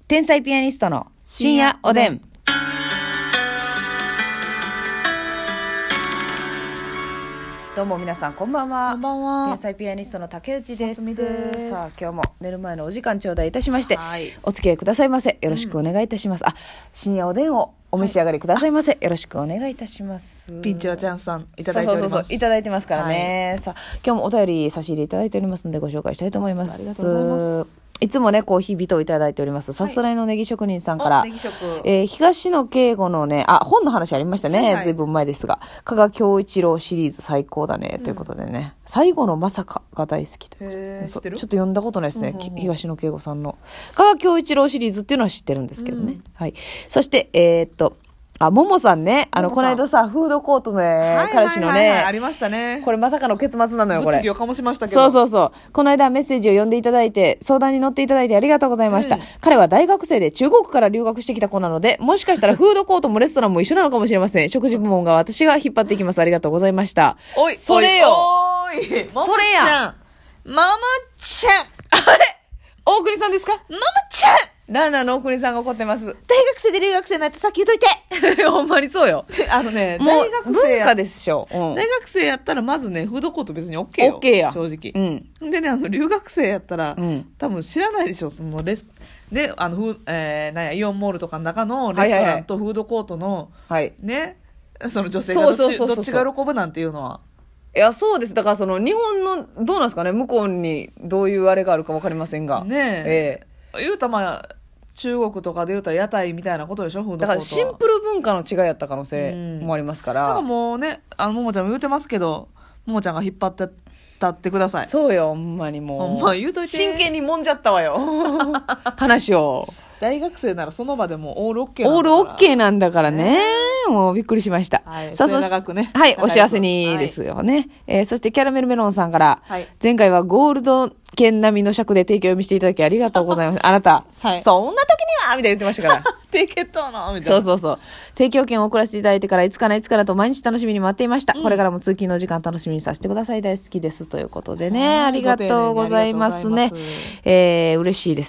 天才ピアニストの深夜おでん。どうも皆さんこんばんは。 こんばんは。 天才ピアニストの竹内です。 ますみです。 さあ今日も寝る前のお時間頂戴いたしまして、 はい、 お付き合いくださいませ。よろしくお願いいたします。深夜おでんをお召し上がりくださいませ。よろしくお願いいたします。 ピンチはちゃんさんいただいております。 そういただいてますからね、さあ今日もお便り差し入れいただいておりますのでご紹介したいと思います。 ありがとうございます。 いつもねコーヒー人をいただいておりますさすらいのネギ職人さんから、 ネギ職、 東野圭吾のね本の話ありましたね、 はいはい、 ずいぶん前ですが加賀恭一郎シリーズ最高だね、ということでね最後のまさかが大好きということで、ちょっと読んだことないですね、東野圭吾さんの加賀恭一郎シリーズっていうのは知ってるんですけどね、はい。そしてももさんね、この間さ、フードコートの彼氏のね、 ありましたね。 これまさかの結末なのよ、これ。 物議を醸しましたけど。 そう。この間メッセージを読んでいただいて、相談に乗っていただいてありがとうございました。彼は大学生で中国から留学してきた子なので、もしかしたらフードコートもレストランも一緒なのかもしれません。食事部門が私が引っ張っていきます。ありがとうございました。 おい、 それよ。 おい、 それや。 ママちゃん。 あれ大国さんですか？ ママちゃんランナーの大国さんが怒ってます。 大学生で留学生になってさっき言うといて。 ほんまにそうよ。 大学生文化でしょ、 大学生やったらまずね、フードコート別に OK よ。 OK や。 正直。でね、留学生やったら、多分知らないでしょ、そので、イオンモールとかの中のレストランとフードコートの、ね、その女性がどっちが喜ぶなんていうのは。 いや、そうです。だからその日本の、どうなんですかね、向こうにどういうあれがあるか分かりませんが。 ねえ。言うた中国とかで言うたら屋台みたいなことでしょ、フードコートは。 だからシンプル文化の違いやった可能性もありますから。 だからもうね、ももちゃんも言うてますけど、ももちゃんが引っ張ってたってください。 そうよ、ほんまにもう。 ほんま言うといて。 真剣にもんじゃったわよ。話を。 大学生ならその場でもオールオッケーなんだから。 オールオッケーなんだからね。もうびっくりしました。 はい。末永くね。 はい、お幸せにですよね。そしてキャラメルメロンさんから、前回はゴールド券並みの尺で提供を見せていただきありがとうございます。あなた、そんな時にはみたいな言ってましたから。 提携等のみたいな。 そう。提供券を送らせていただいてからいつかなと毎日楽しみに待っていました。これからも通勤の時間楽しみにさせてください。大好きです。ということでね。ありがとうございますね。嬉しいです。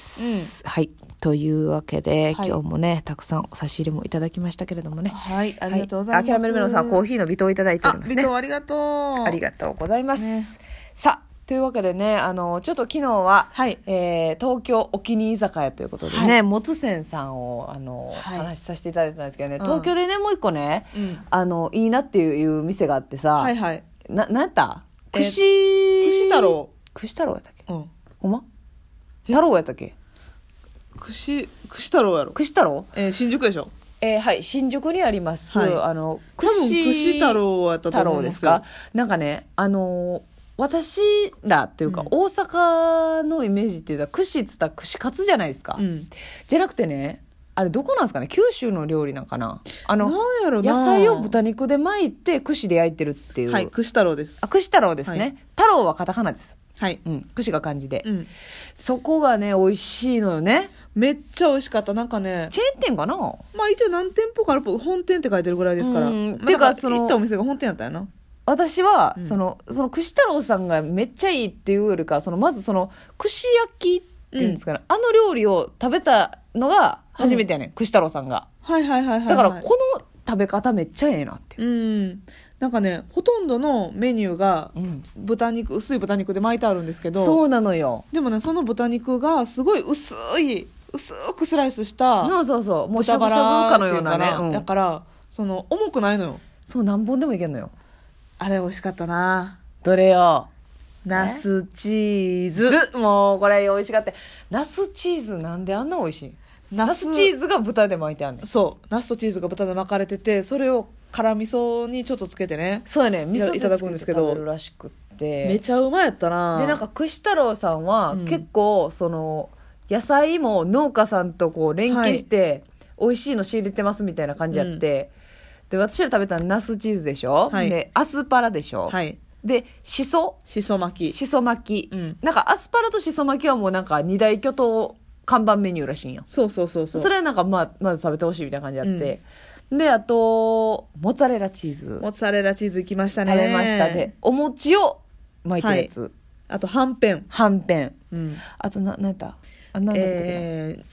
はい。というわけで、今日もね、たくさんお差し入れもいただきましたけれどもね。 はい、ありがとうございます。 キャラメルメロンさん、コーヒーの微糖をいただいておりますね。 微糖ありがとう。 ありがとうございます。さあ、というわけでね、ちょっと昨日は、東京お気に入り居酒屋ということでね、もつせんさんを、話させていただいてたんですけどね、東京でね、もう一個ね、いいなっていう店があってさ、なんやった串太郎。 串太郎やったっけ？ほんま？太郎やったっけ？ 串太郎やろ。 串太郎？ 新宿でしょ。 はい、新宿にあります。 多分串太郎やったと思うんですよ。 太郎ですか？なんかね、私らというか、大阪のイメージっていうと串っつったら串カツじゃないですか、じゃなくてね、あれどこなんですかね、九州の料理なんかな、 なんやろな、 野菜を豚肉で巻いて串で焼いてるっていう。 はい、串太郎です。 串太郎ですね、太郎はカタカナです。 はい、 串が漢字で、そこがね美味しいのよね。 めっちゃ美味しかった。なんかね、 チェーン店かな、 まあ一応何店舗かあるっぽい、本店って書いてるぐらいですから、てか行ったお店が本店やったんやな。 私は、その串太郎さんがめっちゃいいっていうよりか、まず串焼きっていうんですかね、料理を食べたのが初めてやね、串太郎さんが。だからこの食べ方めっちゃええなっていう。 なんかね、ほとんどのメニューが薄い豚肉で巻いてあるんですけど、 そうなのよ。 でもね、その豚肉がすごい薄くスライスしたもうしゃぶしゃぶかのようなね、 だから重くないのよ。 そう、何本でもいけんのよ。 あれ美味しかったな。 どれよ？ ナスチーズ。 もうこれ美味しかった。ナスチーズなんであんな美味しい？ナスチーズが豚で巻いてあんねん。 そう、ナスとチーズが豚で巻かれてて、それを辛味噌にちょっとつけてね、 そうやね、味噌いただくんですけど、 食べるらしくって、 めちゃうまやったな。 でなんか串太郎さんは、結構野菜も農家さんとこう連携して、美味しいの仕入れてますみたいな感じやって、で私ら食べたのナスチーズでしょ、でアスパラでしょ、でしそ巻き、なんかアスパラとしそ巻きはもうなんか二大巨頭看板メニューらしいんよ。それはなんかまず食べてほしいみたいな感じあって、であとモッツァレラチーズ行きましたね。 食べました。でお餅を巻いてるやつ、 あとはんぺん、 あとなんだっけな、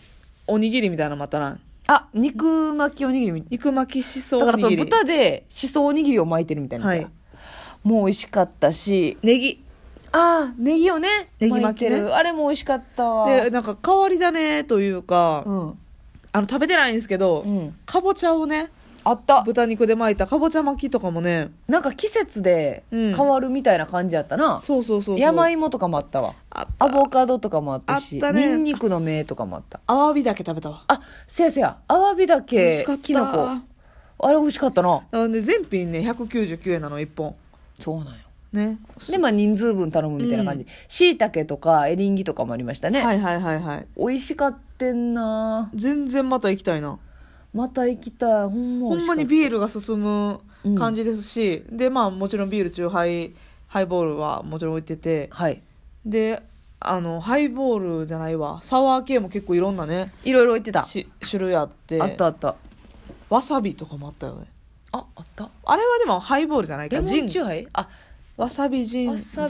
おにぎりみたいなのもあったな。 あ、肉巻きおにぎりみたいな。 肉巻きしそおだにぎり。 からその豚でしそおにぎりを巻いてるみたいな。 はい。 もう美味しかったし。 ネギ。 ああ、ネギをね。 ネギ巻きね。 あれも美味しかったわ。 で、なんか変わり種というか、 うん。 食べてないんですけど、 うん、 かぼちゃをね、 あった。 豚肉で巻いたかぼちゃ巻きとかもね。 なんか季節で変わるみたいな感じやったな。 そうそうそうそう。 山芋とかもあったわ。アボカドとかもあったし、 あったね。 ニンニクの芽とかもあった。 アワビだけ食べたわ。 あ、せやせや。アワビだけ、キノコ。あれ美味しかったな。 だからね、全品ね、199円なの、1本。 そうなんよ。 ね。 で、まあ人数分頼むみたいな感じ。椎茸とかエリンギとかもありましたね。 はいはいはいはい。 美味しかってんな。 全然また行きたいな。 また行きたい。ほんまにビールが進む感じですし、で、まあもちろんビール、チューハイ、ハイボールはもちろん置いてて、 はい。 で、ハイボールじゃないわ、サワー系も結構いろんなね、 いろいろ置いてた。 種類あって、 あったあった。 わさびとかもあったよね。 あった。 あれはでもハイボールじゃないか。 レモンチューハイ？あ、 わさびジン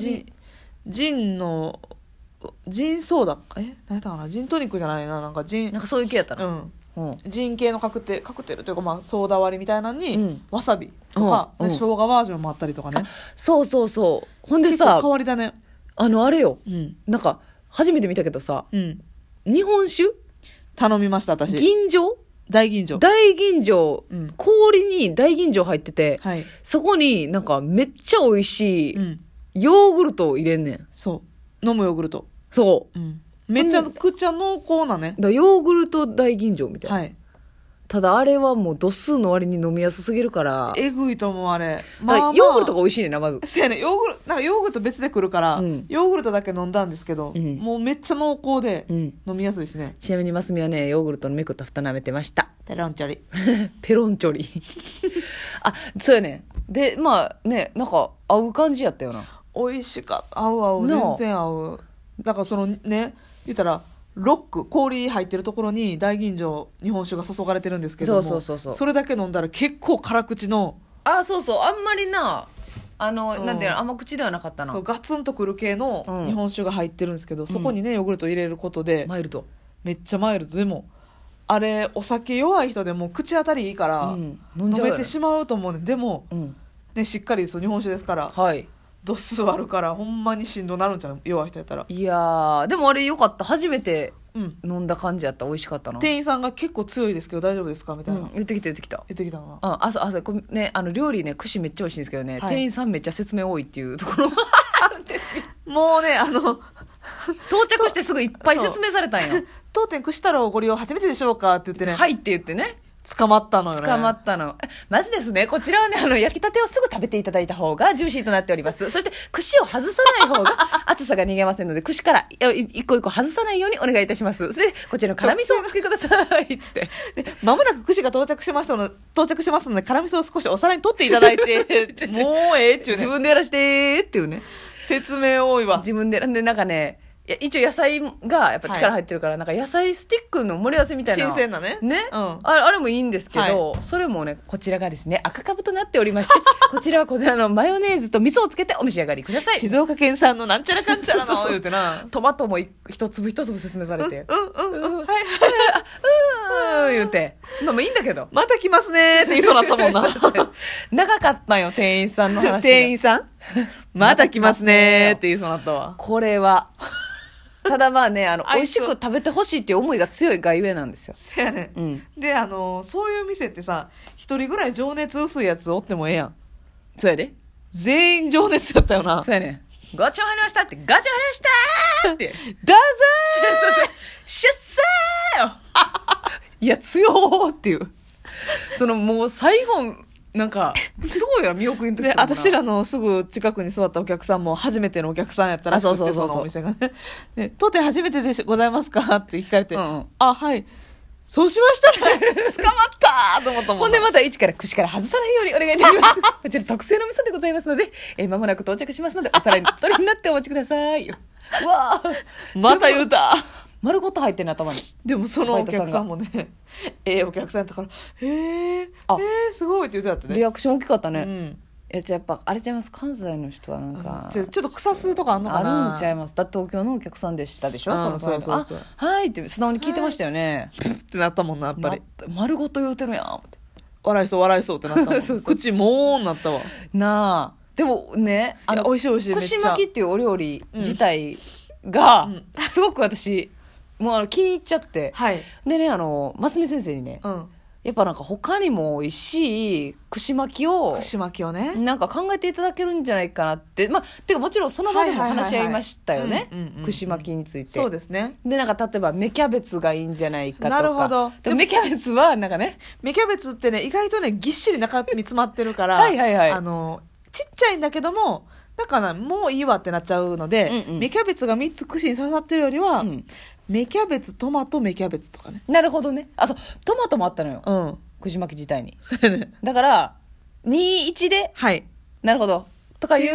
のジンソーダ、何やったかな、ジントニックじゃないな、なんかそういう系やったな。 ジン系のカクテルというか、まあソーダ割りみたいなのに、わさびとか、生姜バージョンもあったりとかね。 そうそうそう。ほんでさ、 変わりだね。 あれよ、なんか初めて見たけどさ、日本酒頼みました私。大吟醸、 氷に大吟醸入ってて、そこになんかめっちゃ美味しいヨーグルトを入れんねん。 そう、飲むヨーグルト。 そう、 めちゃくちゃ濃厚なね。 ヨーグルト大吟醸みたいな。ただあれはもう度数の割に飲みやすすぎるから。 えぐいと思うあれ。 ヨーグルトが美味しいねんな、まず。 そうやね、ヨーグルト別で来るから、ヨーグルトだけ飲んだんですけど、もうめっちゃ濃厚で、飲みやすいしね。 ちなみにますみはね、ヨーグルトのめくった蓋舐めてました。 ペロンチョリ。 ペロンチョリ。あ、そうやね。で、まあね、なんか合う感じやったよな。 美味しかった。合う、全然合う。だからそのね、言ったら、氷入ってるところに大吟醸日本酒が注がれてるんですけども、それだけ飲んだら結構辛口の、 そうそう、あんまりな、なんていうの、甘口ではなかったな。 そう、ガツンとくる系の日本酒が入ってるんですけど、そこにねヨーグルト入れることでマイルド、 めっちゃマイルド。でもあれお酒弱い人でも口当たりいいから、飲めてしまうと思うね。でも、ね、しっかりそう日本酒ですから、度数あるからほんまにしんどなるんちゃう、弱い人やったら。 いやー、でもあれよかった。初めて飲んだ感じやった。美味しかったな。 店員さんが結構強いですけど大丈夫ですかみたいな、 言ってきたな。そうね、料理ね、串めっちゃ美味しいんですけどね、店員さんめっちゃ説明多いっていうところがあるんですよ。 もうね、 到着してすぐいっぱい説明されたんよ。 当店串太郎ご利用初めてでしょうかって言ってね、 はいって言ってね、 捕まったのよね。 捕まったの。まずですね、こちらはね、焼きたてをすぐ食べていただいた方がジューシーとなっております。そして、串を外さない方が熱さが逃げませんので、串から一個一個外さないようにお願いいたします。それで、こちらの辛味噌をお付けください。つって。 まもなく串が到着しますので、辛味噌を少しお皿に取っていただいて、もうっちゅうね。 自分でやらしてっていうね。 説明多いわ。 自分で、なんかね、一応野菜がやっぱ力入ってるから、なんか野菜スティックの盛り合わせみたいな。 新鮮なね。 あれもいいんですけど、それもね、こちらがですね、赤かぶとなっておりまして、こちらはこちらのマヨネーズと味噌をつけてお召し上がりください。 静岡県産のなんちゃらかんちゃらの言うてな。 トマトも一粒一粒説明されて。言うて。まあいいんだけど。 また来ますねって言いそうだったもんな。 長かったよ、店員さんの話。 店員さんまた来ますねって言いそうだったわ。 これは。ただまあね、美味しく食べてほしいっていう思いが強いがゆえなんですよ。 せやね、で、そういう店ってさ、一人ぐらい情熱薄いやつおってもええやん。 そうやで。 全員情熱やったよな。 そうやね。ごちそう入りましたって、ガチャ入りましたって。 どうぞー出世よいや、強ーっていう。もう最後、なんか、すごいよ、見送りの時で、私らのすぐ近くに座ったお客さんも初めてのお客さんやったらしくて、そのお店がね。で、当店初めてでございますかって聞かれて、はい。そうしましたら、捕まったと思ったもん。 ほんでまた串から外さないようにお願いいたします。こちら特製の味噌でございますので、間もなく到着しますので、お皿に取りになってお待ちください。うわぁ。 また言うた。 丸ごと入ってんの頭に。 でもそのお客さんもね、お客さんやったから、すごいって言うてたってね。 リアクション大きかったね。 じゃあやっぱあれちゃいます、関西の人はなんかちょっと草吸うとかあんのかな。 あるんちゃいます。だって東京のお客さんでしたでしょ、 そうそうそう。 はいって素直に聞いてましたよね、 ってなったもんな、やっぱり丸ごと言うてるやんって、 笑いそうってなったもんそうそう口もーんなったわなあ。でもね、 美味しい美味しい、 串巻きっていうお料理自体が、すごく私もう気に入っちゃって、 はい、 でね、ますみ先生にね、やっぱなんか他にも美味しい串巻きをね、 なんか考えていただけるんじゃないかなって、てかもちろんその場でも話し合いましたよね、串巻きについて。 そうですね。 でなんか例えば芽キャベツがいいんじゃないかとか。 なるほど。 でも芽キャベツはなんかね、 芽キャベツってね、意外とねぎっしり中身詰まってるからはいはい、はい、 ちっちゃいんだけども、だからもういいわってなっちゃうので、芽キャベツが3つ串に刺さってるよりは、芽キャベツ、トマト、芽キャベツとかね。 なるほどね。そう、トマトもあったのよ、串巻き自体に。 そうね。 だから2-1で、 はい、 なるほどとかいう、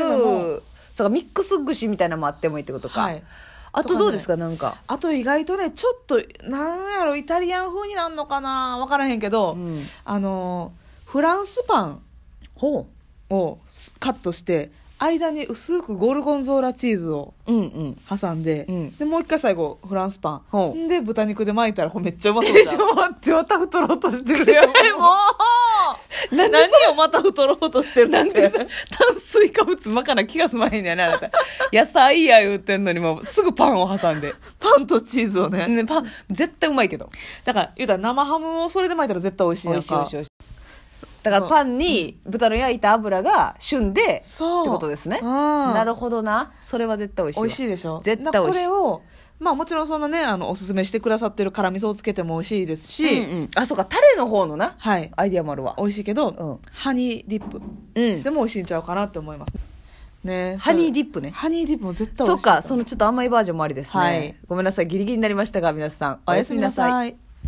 そうか、ミックス串みたいなのもあってもいいってことか。はい。あとどうですか、なんか。 あと意外とね、ちょっとなんやろ、イタリアン風になるのかな、分からへんけど、フランスパンをカットして間に薄くゴルゴンゾーラチーズを挟んで、でもう一回最後フランスパンで豚肉で巻いたらめっちゃうまそうじゃん。 待って、また太ろうとしてるやん。 もう何をまた太ろうとしてるなんでさ、炭水化物まかな気がすまへんねやね、あなた。野菜や言うてんのにもうすぐパンを挟んで。 パンとチーズをね。 パン絶対うまいけど。 だから言うたら生ハムをそれで巻いたら絶対美味しいやんか。 美味しい。だからパンに豚の焼いた油が旬でってことですね。なるほどな。それは絶対美味しい。 美味しいでしょ。 絶対美味しい。 これをもちろんそのね、おすすめしてくださってる辛味噌をつけても美味しいですし、 そうか、タレの方のな、 はい、 アイディアもあるわ。 美味しいけど、ハニーディップしても美味しいんちゃうかなって思いますね。 ハニーディップね。 ハニーディップも絶対美味しい。 そうか、そのちょっと甘いバージョンもありですね。はい、ごめんなさい、ギリギリになりましたが、皆さんおやすみなさい。